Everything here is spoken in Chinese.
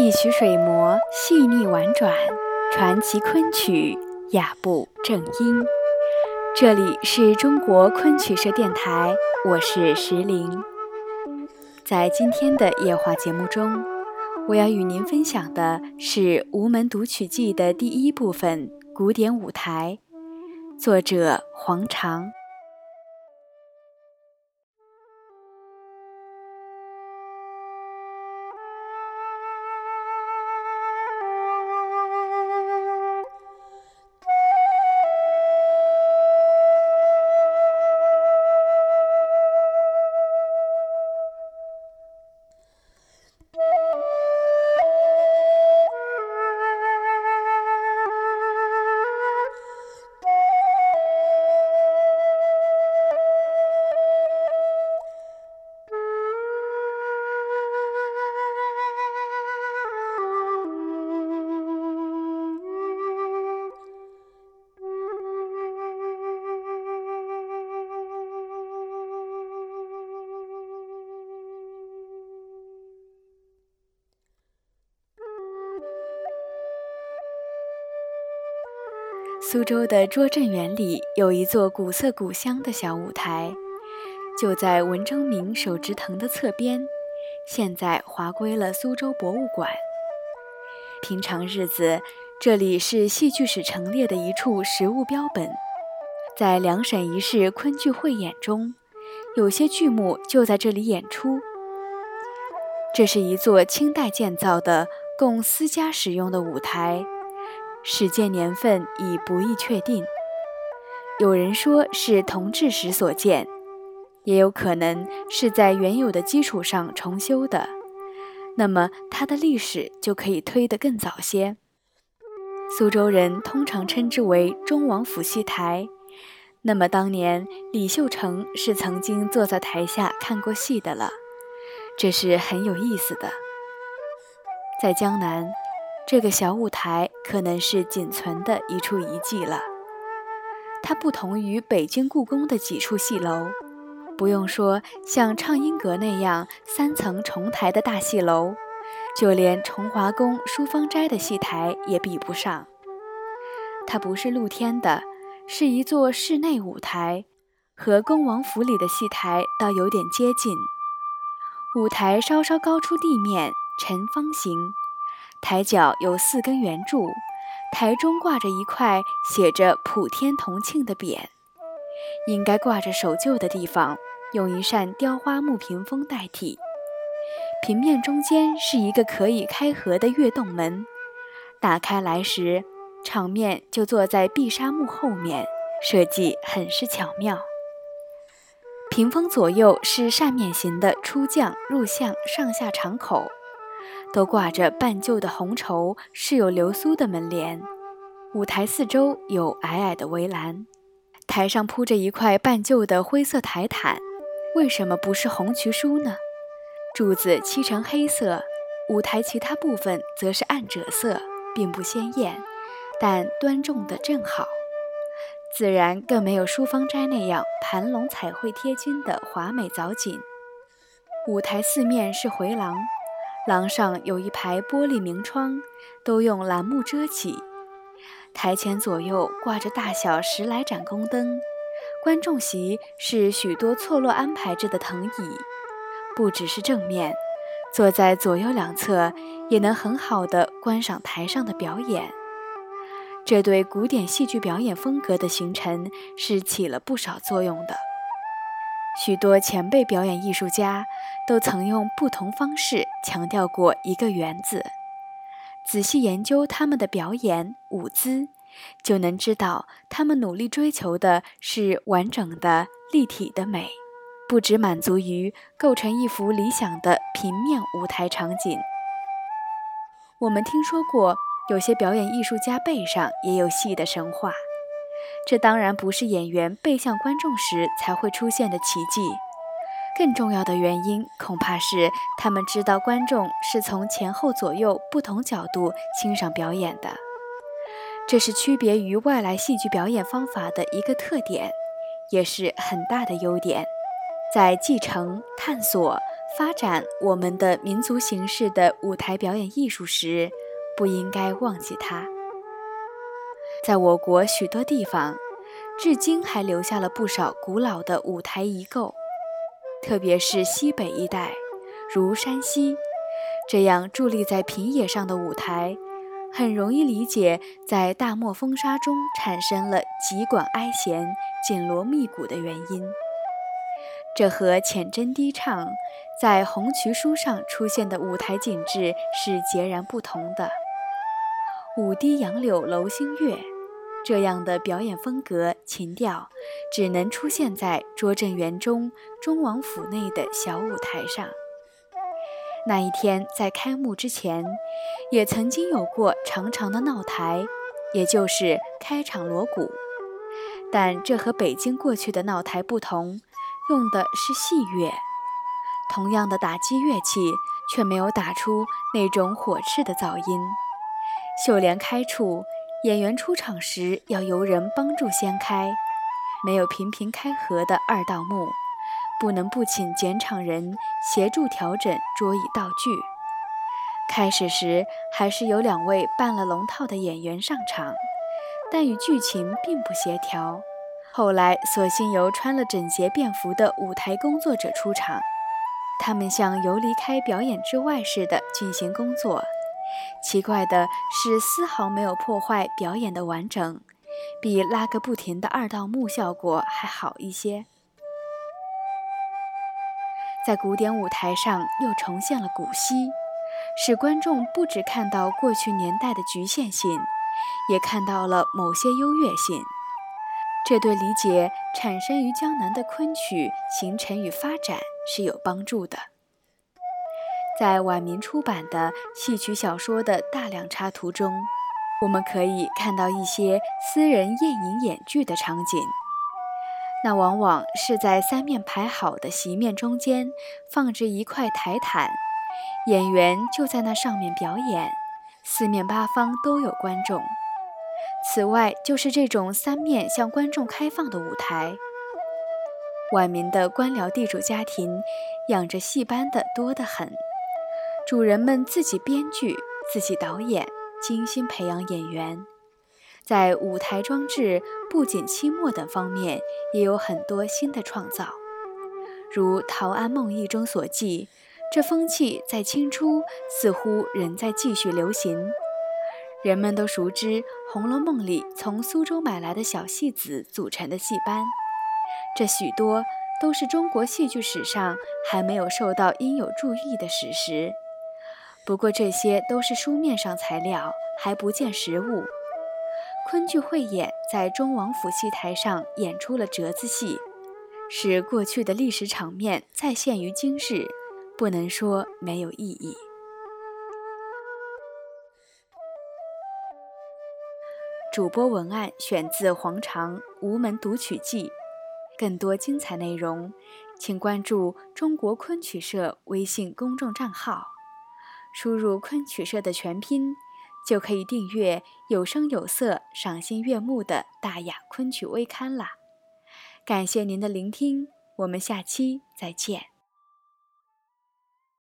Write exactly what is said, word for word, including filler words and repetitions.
一曲水磨，细腻婉转，传奇昆曲，雅步正音。这里是中国昆曲社电台，我是石玲。在今天的夜话节目中，我要与您分享的是《吴门读曲记》的第一部分古典舞台，作者黄长。苏州的拙政园里有一座古色古香的小舞台，就在文征明手植藤的侧边，现在划归了苏州博物馆。平常日子，这里是戏剧史陈列的一处实物标本。在两省一市昆剧汇演中，有些剧目就在这里演出。这是一座清代建造的供私家使用的舞台，始建年份已不易确定，有人说是同治时所建，也有可能是在原有的基础上重修的，那么它的历史就可以推得更早些。苏州人通常称之为中王府戏台，那么当年李秀成是曾经坐在台下看过戏的了，这是很有意思的。在江南，这个小舞台可能是仅存的一处遗迹了。它不同于北京故宫的几处戏楼，不用说像畅音阁那样三层重台的大戏楼，就连崇华宫书芳斋的戏台也比不上。它不是露天的，是一座室内舞台，和恭王府里的戏台倒有点接近。舞台稍稍高出地面，呈方形，台角有四根圆柱，台中挂着一块写着普天同庆的匾，应该挂着守旧的地方，用一扇雕花木屏风代替。平面中间是一个可以开合的月洞门，打开来时，场面就坐在碧纱幕后面，设计很是巧妙。屏风左右是扇面形的出将入相上下敞口，都挂着半旧的红绸饰有流苏的门帘，舞台四周有矮矮的围栏，台上铺着一块半旧的灰色台毯，为什么不是红渠书呢？柱子漆成黑色，舞台其他部分则是暗赭色，并不鲜艳，但端重的正好，自然更没有书芳斋那样盘龙彩绘贴金的华美藻锦。舞台四面是回廊，廊上有一排玻璃明窗，都用栏幕遮起。台前左右挂着大小十来盏宫灯，观众席是许多错落安排着的藤椅，不只是正面，坐在左右两侧也能很好地观赏台上的表演。这对古典戏剧表演风格的形成是起了不少作用的。许多前辈表演艺术家都曾用不同方式强调过一个原字，仔细研究他们的表演舞姿，就能知道他们努力追求的是完整的立体的美，不只满足于构成一幅理想的平面舞台场景。我们听说过有些表演艺术家背上也有戏的神话，这当然不是演员背向观众时才会出现的奇迹，更重要的原因恐怕是他们知道观众是从前后左右不同角度欣赏表演的，这是区别于外来戏剧表演方法的一个特点，也是很大的优点。在继承、探索、 发展我们的民族形式的舞台表演艺术时，不应该忘记它。在我国许多地方，至今还留下了不少古老的舞台遗构，特别是西北一带，如山西，这样伫立在平野上的舞台，很容易理解在大漠风沙中产生了急管哀弦、紧锣密鼓的原因。这和浅斟低唱在红渠书上出现的舞台景致是截然不同的。舞堤杨柳楼星月这样的表演风格情调，只能出现在拙政园中忠王府内的小舞台上。那一天在开幕之前，也曾经有过长长的闹台，也就是开场锣鼓，但这和北京过去的闹台不同，用的是细乐，同样的打击乐器，却没有打出那种火炽的噪音。绣帘开处，演员出场时要由人帮助掀开，没有频频开合的二道幕，不能不请剪场人协助调整桌椅道具。开始时还是有两位扮了龙套的演员上场，但与剧情并不协调。后来索性由穿了整洁便服的舞台工作者出场，他们像游离开表演之外似的进行工作。奇怪的是，丝毫没有破坏表演的完整，比拉个不停的二道幕效果还好一些。在古典舞台上又重现了古稀，使观众不只看到过去年代的局限性，也看到了某些优越性。这对理解产生于江南的昆曲形成与发展是有帮助的。在晚明出版的戏曲小说的大量插图中，我们可以看到一些私人宴饮演剧的场景，那往往是在三面排好的席面中间放置一块台毯，演员就在那上面表演，四面八方都有观众。此外就是这种三面向观众开放的舞台。晚明的官僚地主家庭养着戏班的多得很，主人们自己编剧，自己导演，精心培养演员。在舞台装置、布景、漆墨等方面也有很多新的创造。如《陶庵梦忆》中所记，这风气在清初似乎仍在继续流行。人们都熟知《红楼梦》里从苏州买来的小戏子组成的戏班，这许多都是中国戏剧史上还没有受到应有注意的史实。不过这些都是书面上材料，还不见实物。昆剧汇演在忠王府戏台上演出了折子戏，使过去的历史场面再现于今日，不能说没有意义。主播文案选自黄长《吴门读曲记》，更多精彩内容，请关注中国昆曲社微信公众账号，输入昆曲社的全拼，就可以订阅有声有色、赏心悦目的大雅昆曲微刊啦。感谢您的聆听，我们下期再见。